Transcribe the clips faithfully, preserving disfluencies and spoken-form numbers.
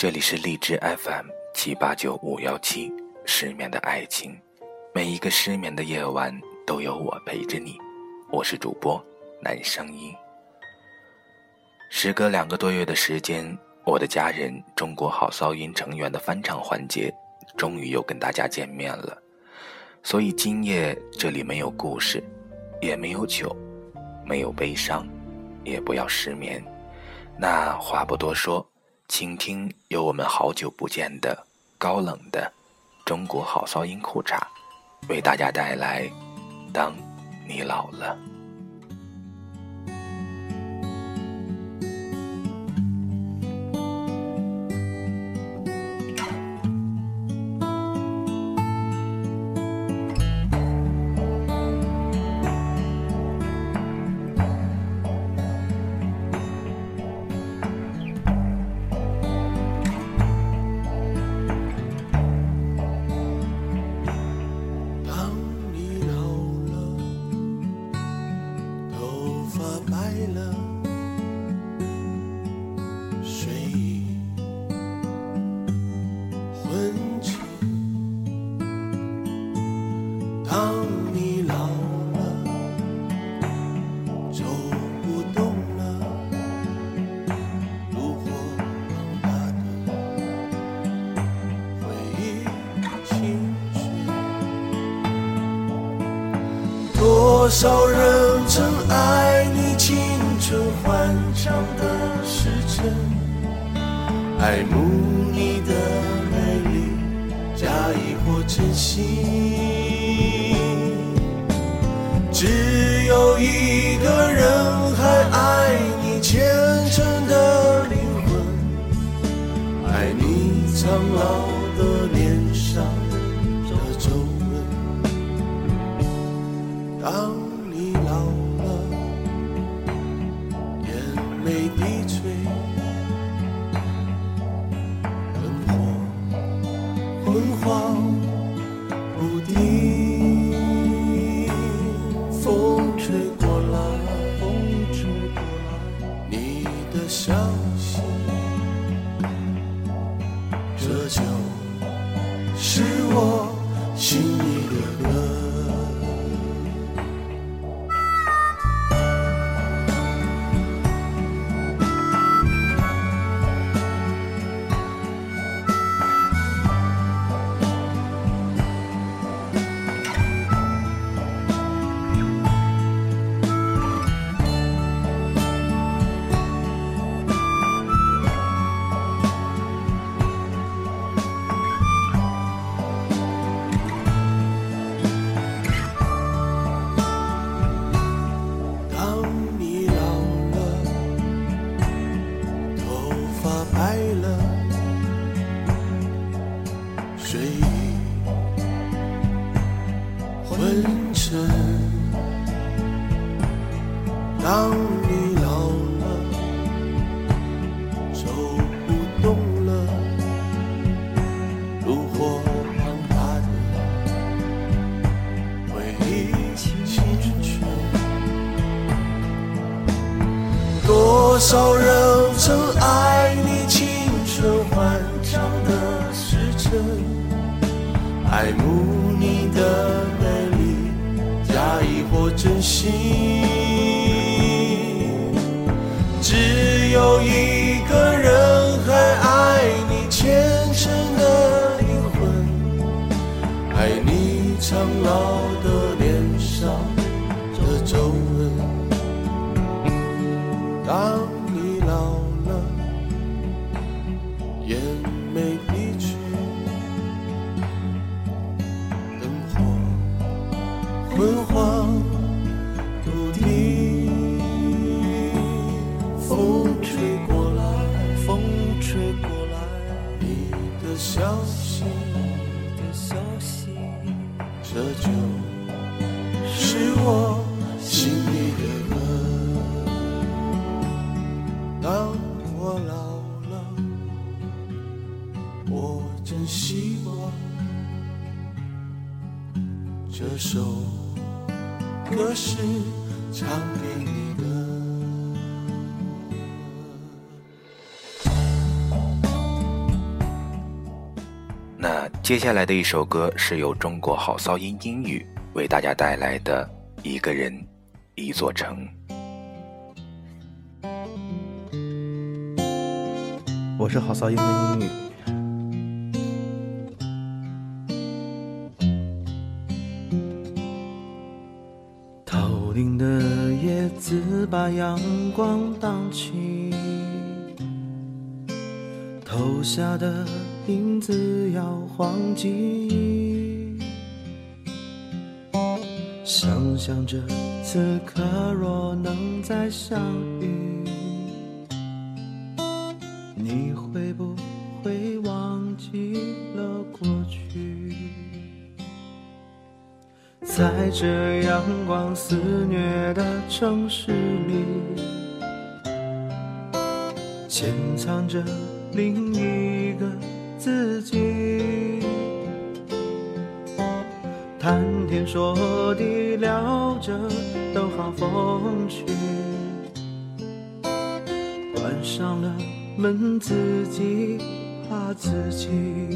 这里是荔枝 F M 七八九五幺七，失眠的爱情，每一个失眠的夜晚都有我陪着你。我是主播南声音。时隔两个多月的时间，我的家人中国好骚音成员的翻唱环节终于又跟大家见面了。所以今夜这里没有故事，也没有酒，没有悲伤，也不要失眠。那话不多说，请听由我们好久不见的高冷的中国好骚音裤衩为大家带来当你老了。 多少人曾爱你青春欢畅的时辰，爱慕你的美丽，假意或真心。只有一个人还爱你虔诚的灵魂，爱你苍老的脸上的皱纹。当你老了，眼眉低垂，灯火昏黄不定，风吹过来，风吹过来，你的消息，这就是我心里的歌。昏沉，当你老了，走不动了，炉火旁爬的回忆青春。多少人曾爱你青春欢畅的时辰，爱慕你的美丽，假意或真心。只有一个人还爱你虔诚的灵魂，爱你苍老的脸上的皱纹。当你老了，眼眉低垂，灯火昏黄不定，风吹过来，风吹过来，你的消息，你的消息，这就是我心里的歌。当我老了，我真希望这首歌是唱给你的。 接下来的一首歌是由中国好骚音英语为大家带来的一个人一座城。 我是好骚音的英语。头顶的叶子把阳光荡起，投下的影子摇晃记忆，想象着此刻若能再相遇，你会不会忘记了过去？在这阳光肆虐的城市里，潜藏着另一个自己，谈天说地聊着都好风趣，关上了门自己怕自己。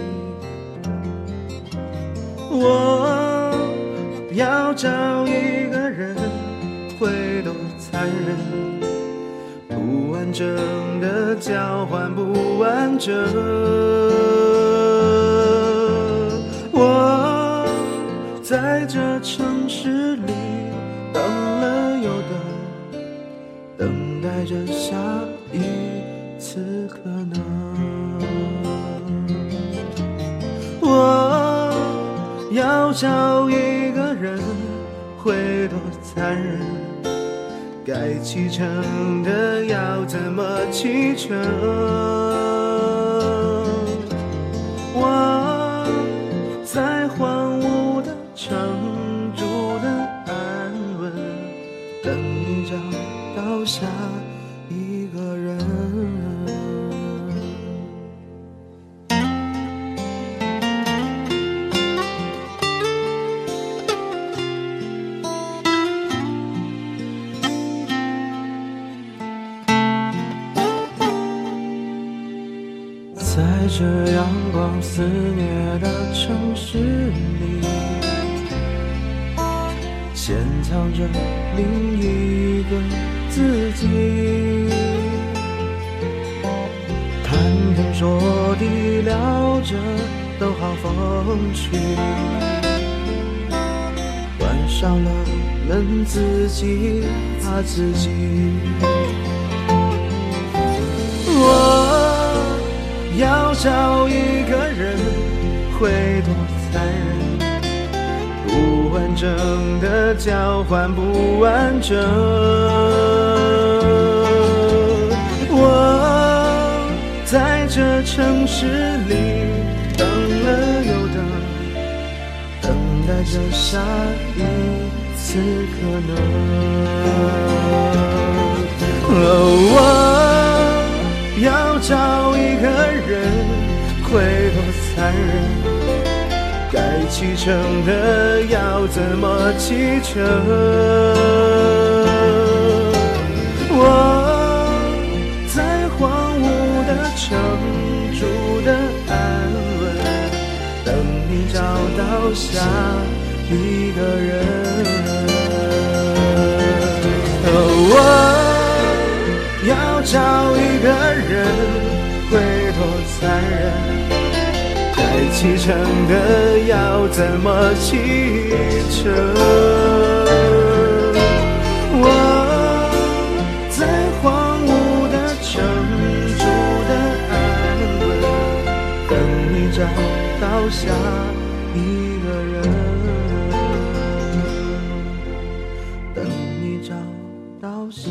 我要找一个人会多残忍，不完整的交换不完整。我在这城市里等了又等，等待着下一次可能。我要找一个人会多残忍，该启程的要怎么启程？我在荒芜的城住的安稳，等你找到下一个人。在这阳光肆虐的城市里，潜藏着另一个自己，谈天说地聊着都好风趣，关上了门自己怕自己。我要找一个人会多残忍，不完整的交换不完整。我在这城市里等了又等，等待着下一次可能。哦，我要找一个人会多残忍，该启程的要怎么启程？我在荒芜的城住的安稳，等你找到下一个人。哦，我要找一个人会多残忍，该启程的要怎么启程？我在荒芜的城住的安稳，等你找到下一个人，等你找到下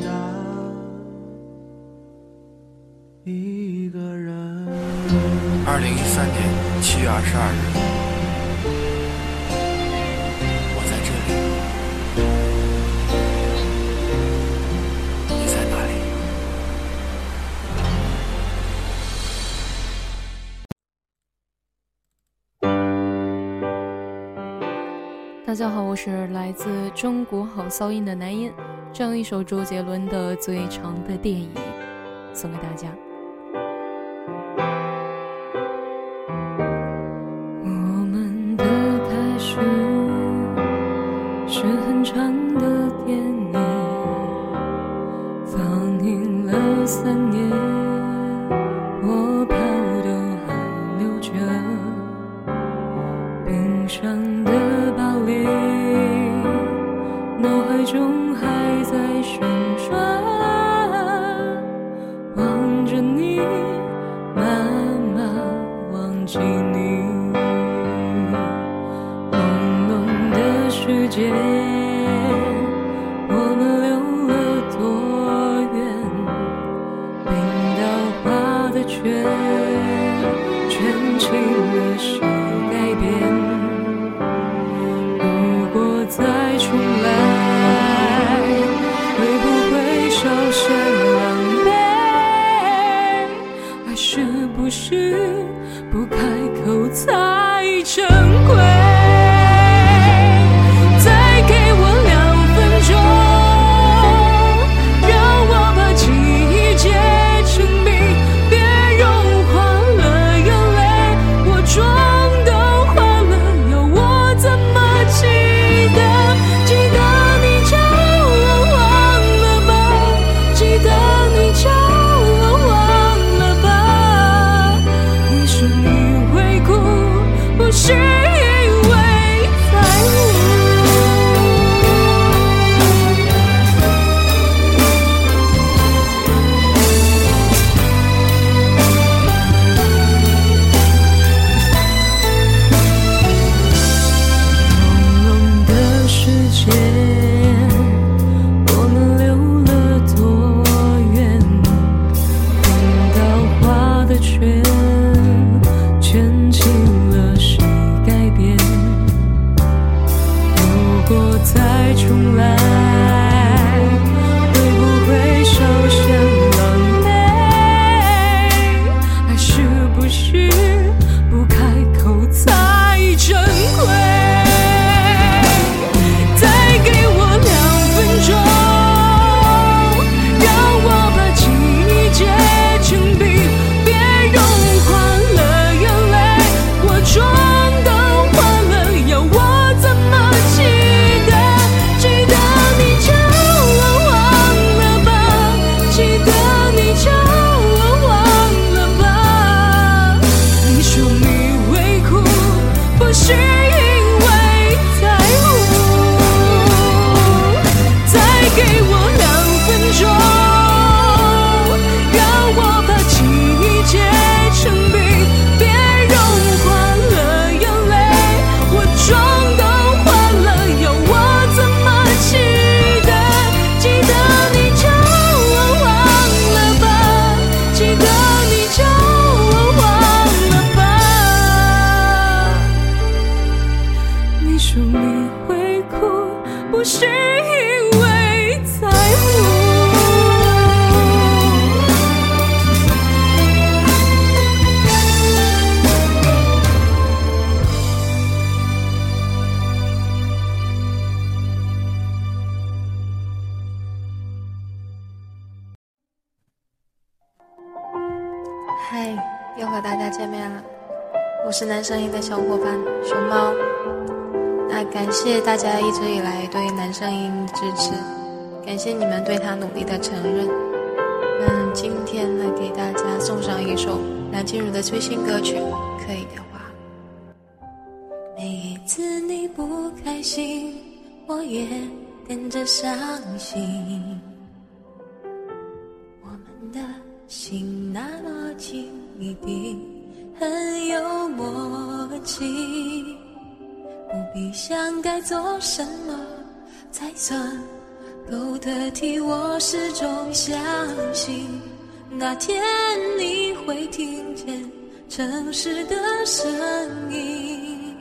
一个人。 二零一三年七月二十二日，我在这里，你在哪里？ 大家好，我是来自中国好骚音的南音，这样一首周杰伦的最长的电影送给大家。 世界，我们溜了多远？冰刀划的圈，圈起了谁改变？如果再重来，会不会稍显狼狈？还是不是不开口才珍贵？再给我两分钟，让我把记忆结成冰，别融化了眼泪，我妆都花了，要我怎么记得？记得你叫我忘了吧，记得你叫我忘了吧。你说你会哭，不是因为在乎。朦胧的世界，我们溜了多远？冰刀划的圈，圈起了谁改变？如果再重来，会不会稍显狼狈？还是不是不开口才珍贵？再给我两分钟，让我把记忆结成冰，别融化了眼泪，我妆都花了，要我怎么记得？记得你叫我忘了吧，记得你叫我忘了吧。你说你会哭，不是因为在乎。再给我两分钟，让我把记忆结成冰，别融化了眼泪，我妆都花了，要我怎么记得？记得你叫我忘了吧，记得你叫我忘了吧。你说你会哭，不是因为在乎。 嗨，又和大家见面了，我是男声音的小伙伴熊猫。那感谢大家一直以来对男声音支持，感谢你们对他努力的承认。那今天呢，给大家送上一首梁静茹的最新歌曲《可以的话》。每一次你不开心，我也跟着伤心，我们的心那么近，一定很有默契，不必想该做什么才算够得体。我始终相信那天你会听见城市的声音。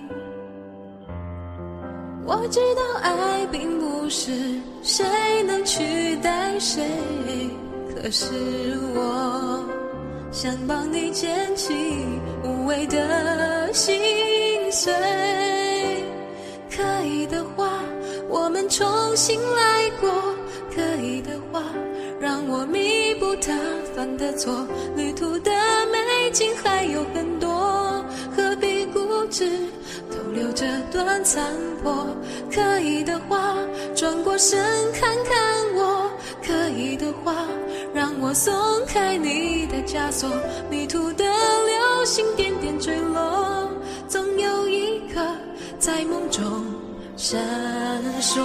我知道爱并不是谁能取代谁，可是我想帮你捡起无谓的心碎。可以的话，我们重新来过，可以的话，让我弥补他犯的错。旅途的美景还有很多，何必固执逗留这段残破。可以的话，转过身看看我，可以的话，让我松开你的枷锁。迷途的流星点点坠落，总有一颗在梦中闪烁。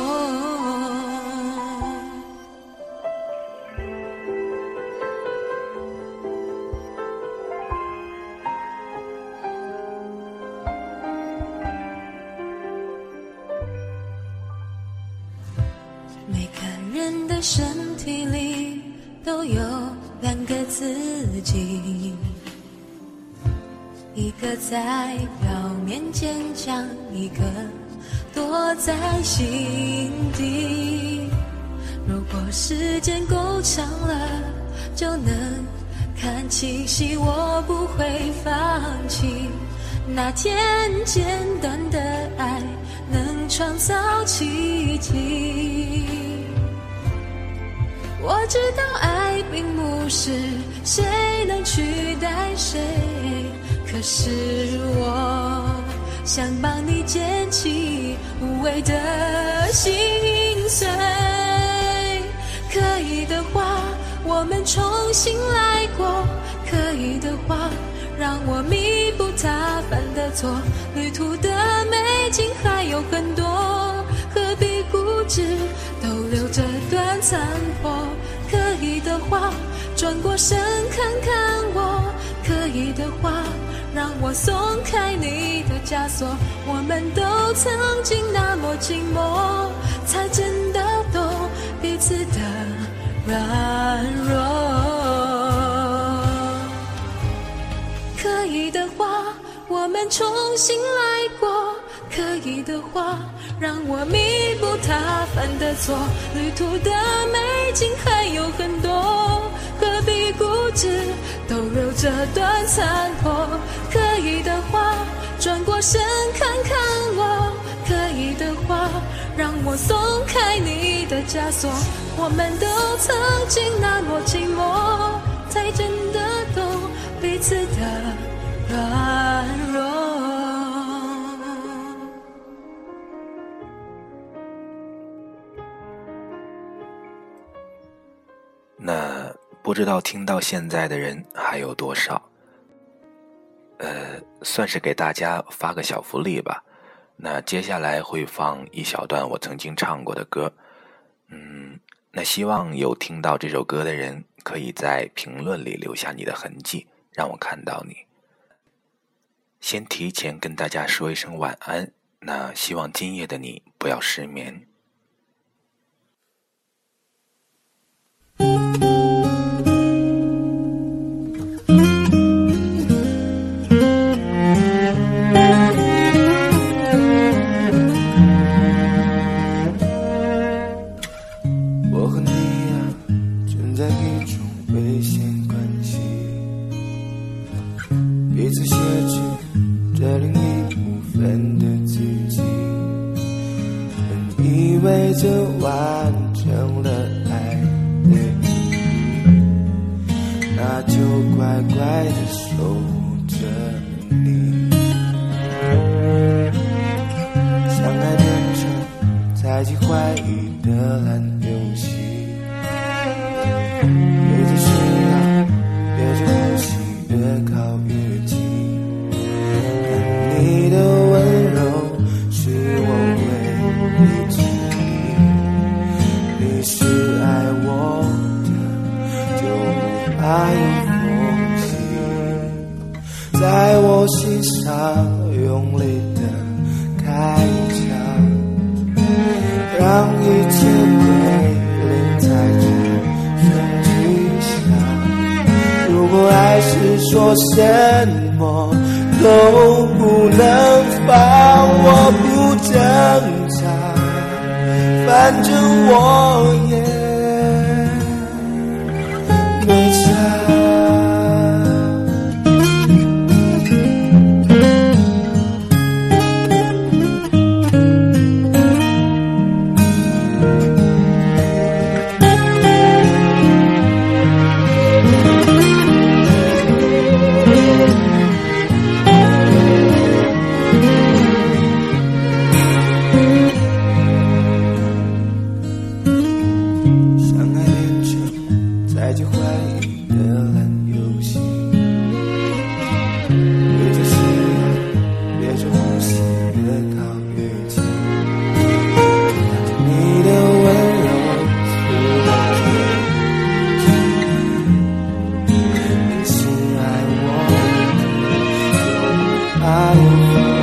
个身体里都有两个自己，一个在表面坚强，一个躲在心底。如果时间够长了，就能看清晰，我不会放弃。那天简单的爱能创造奇迹。我知道爱并不是谁能取代谁，可是我想帮你捡起无谓的心碎。可以的话，我们重新来过，可以的话，让我弥补他犯的错。旅途的美景还有很多，何必固执都留着短残破。可以的话，转过身看看我，可以的话，让我松开你的枷锁。我们都曾经那么寂寞，才真的懂彼此的软弱。可以的话，我们重新来过，可以的话，让我弥补他犯的错。旅途的美景还有很多，何必固执都留着短残破。可以的话，转过身看看我，可以的话，让我松开你的枷锁。我们都曾经那么寂寞，才真的懂彼此的软弱。 那不知道听到现在的人还有多少？呃，算是给大家发个小福利吧。那接下来会放一小段我曾经唱过的歌，嗯，那希望有听到这首歌的人可以在评论里留下你的痕迹，让我看到你。先提前跟大家说一声晚安，那希望今夜的你不要失眠。 我和你啊，存在一种危险关系，彼此挟持着另一部分的自己，本以为这完成了爱的意义，那就乖乖地守护着你。相爱变成猜忌怀疑的烂游戏，越解释啊，越着呼吸，越靠越近。看你的温柔是我唯一之力，你是爱我的，就不怕有缝隙，在我心上用力的开枪，让一切归零，才转瞬即逝。如果爱是说什么都不能放，我不挣扎，反正我也没差。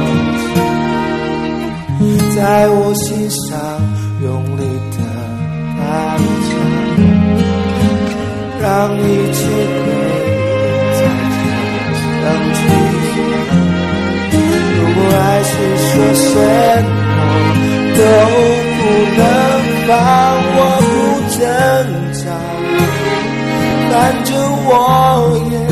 在我心上用力的他的家，让一切可以再像当初。如果爱是说什么都不能放，我不挣扎，反正我也